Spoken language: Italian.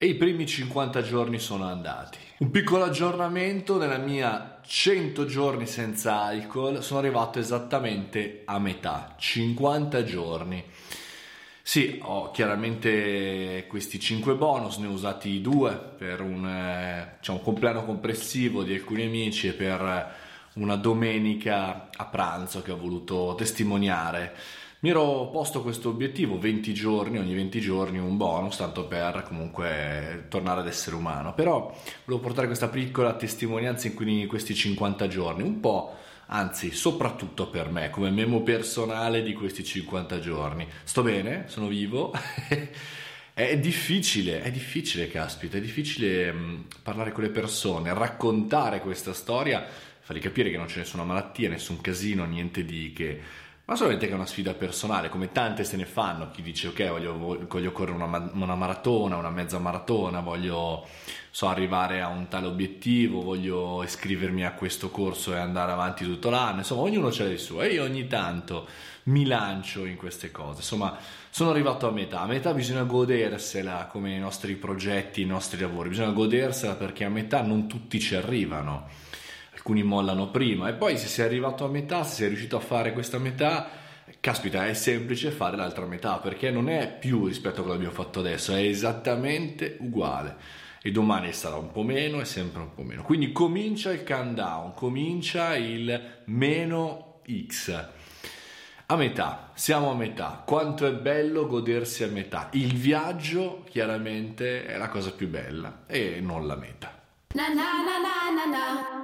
E i primi 50 giorni sono andati. Un piccolo aggiornamento: nella mia 100 giorni senza alcol sono arrivato esattamente a metà, 50 giorni. Sì, ho chiaramente questi 5 bonus, ne ho usati 2 per un compleanno complessivo di alcuni amici e per una domenica a pranzo che ho voluto testimoniare. Mi ero posto questo obiettivo, 20 giorni, ogni 20 giorni un bonus, tanto per comunque tornare ad essere umano. Però volevo portare questa piccola testimonianza in questi 50 giorni, un po', anzi soprattutto per me, come memo personale di questi 50 giorni. Sto bene, sono vivo. È difficile, caspita, è difficile parlare con le persone, raccontare questa storia, fargli capire che non c'è nessuna malattia, nessun casino, niente di che, ma solamente che è una sfida personale, come tante se ne fanno. Chi dice ok, voglio correre una maratona, una mezza maratona, voglio arrivare a un tale obiettivo, voglio iscrivermi a questo corso e andare avanti tutto l'anno. Insomma, ognuno c'ha le sue e io ogni tanto mi lancio in queste cose. Insomma, sono arrivato a metà bisogna godersela, come i nostri progetti, i nostri lavori, bisogna godersela, perché a metà non tutti ci arrivano. Alcuni mollano prima, e poi se sei arrivato a metà, se sei riuscito a fare questa metà, caspita, è semplice fare l'altra metà, perché non è più rispetto a quello che abbiamo fatto adesso, è esattamente uguale, e domani sarà un po' meno e sempre un po' meno. Quindi comincia il countdown, comincia il meno X. A metà, siamo a metà. Quanto è bello godersi a metà. Il viaggio chiaramente è la cosa più bella e non la meta. Na na na na na na.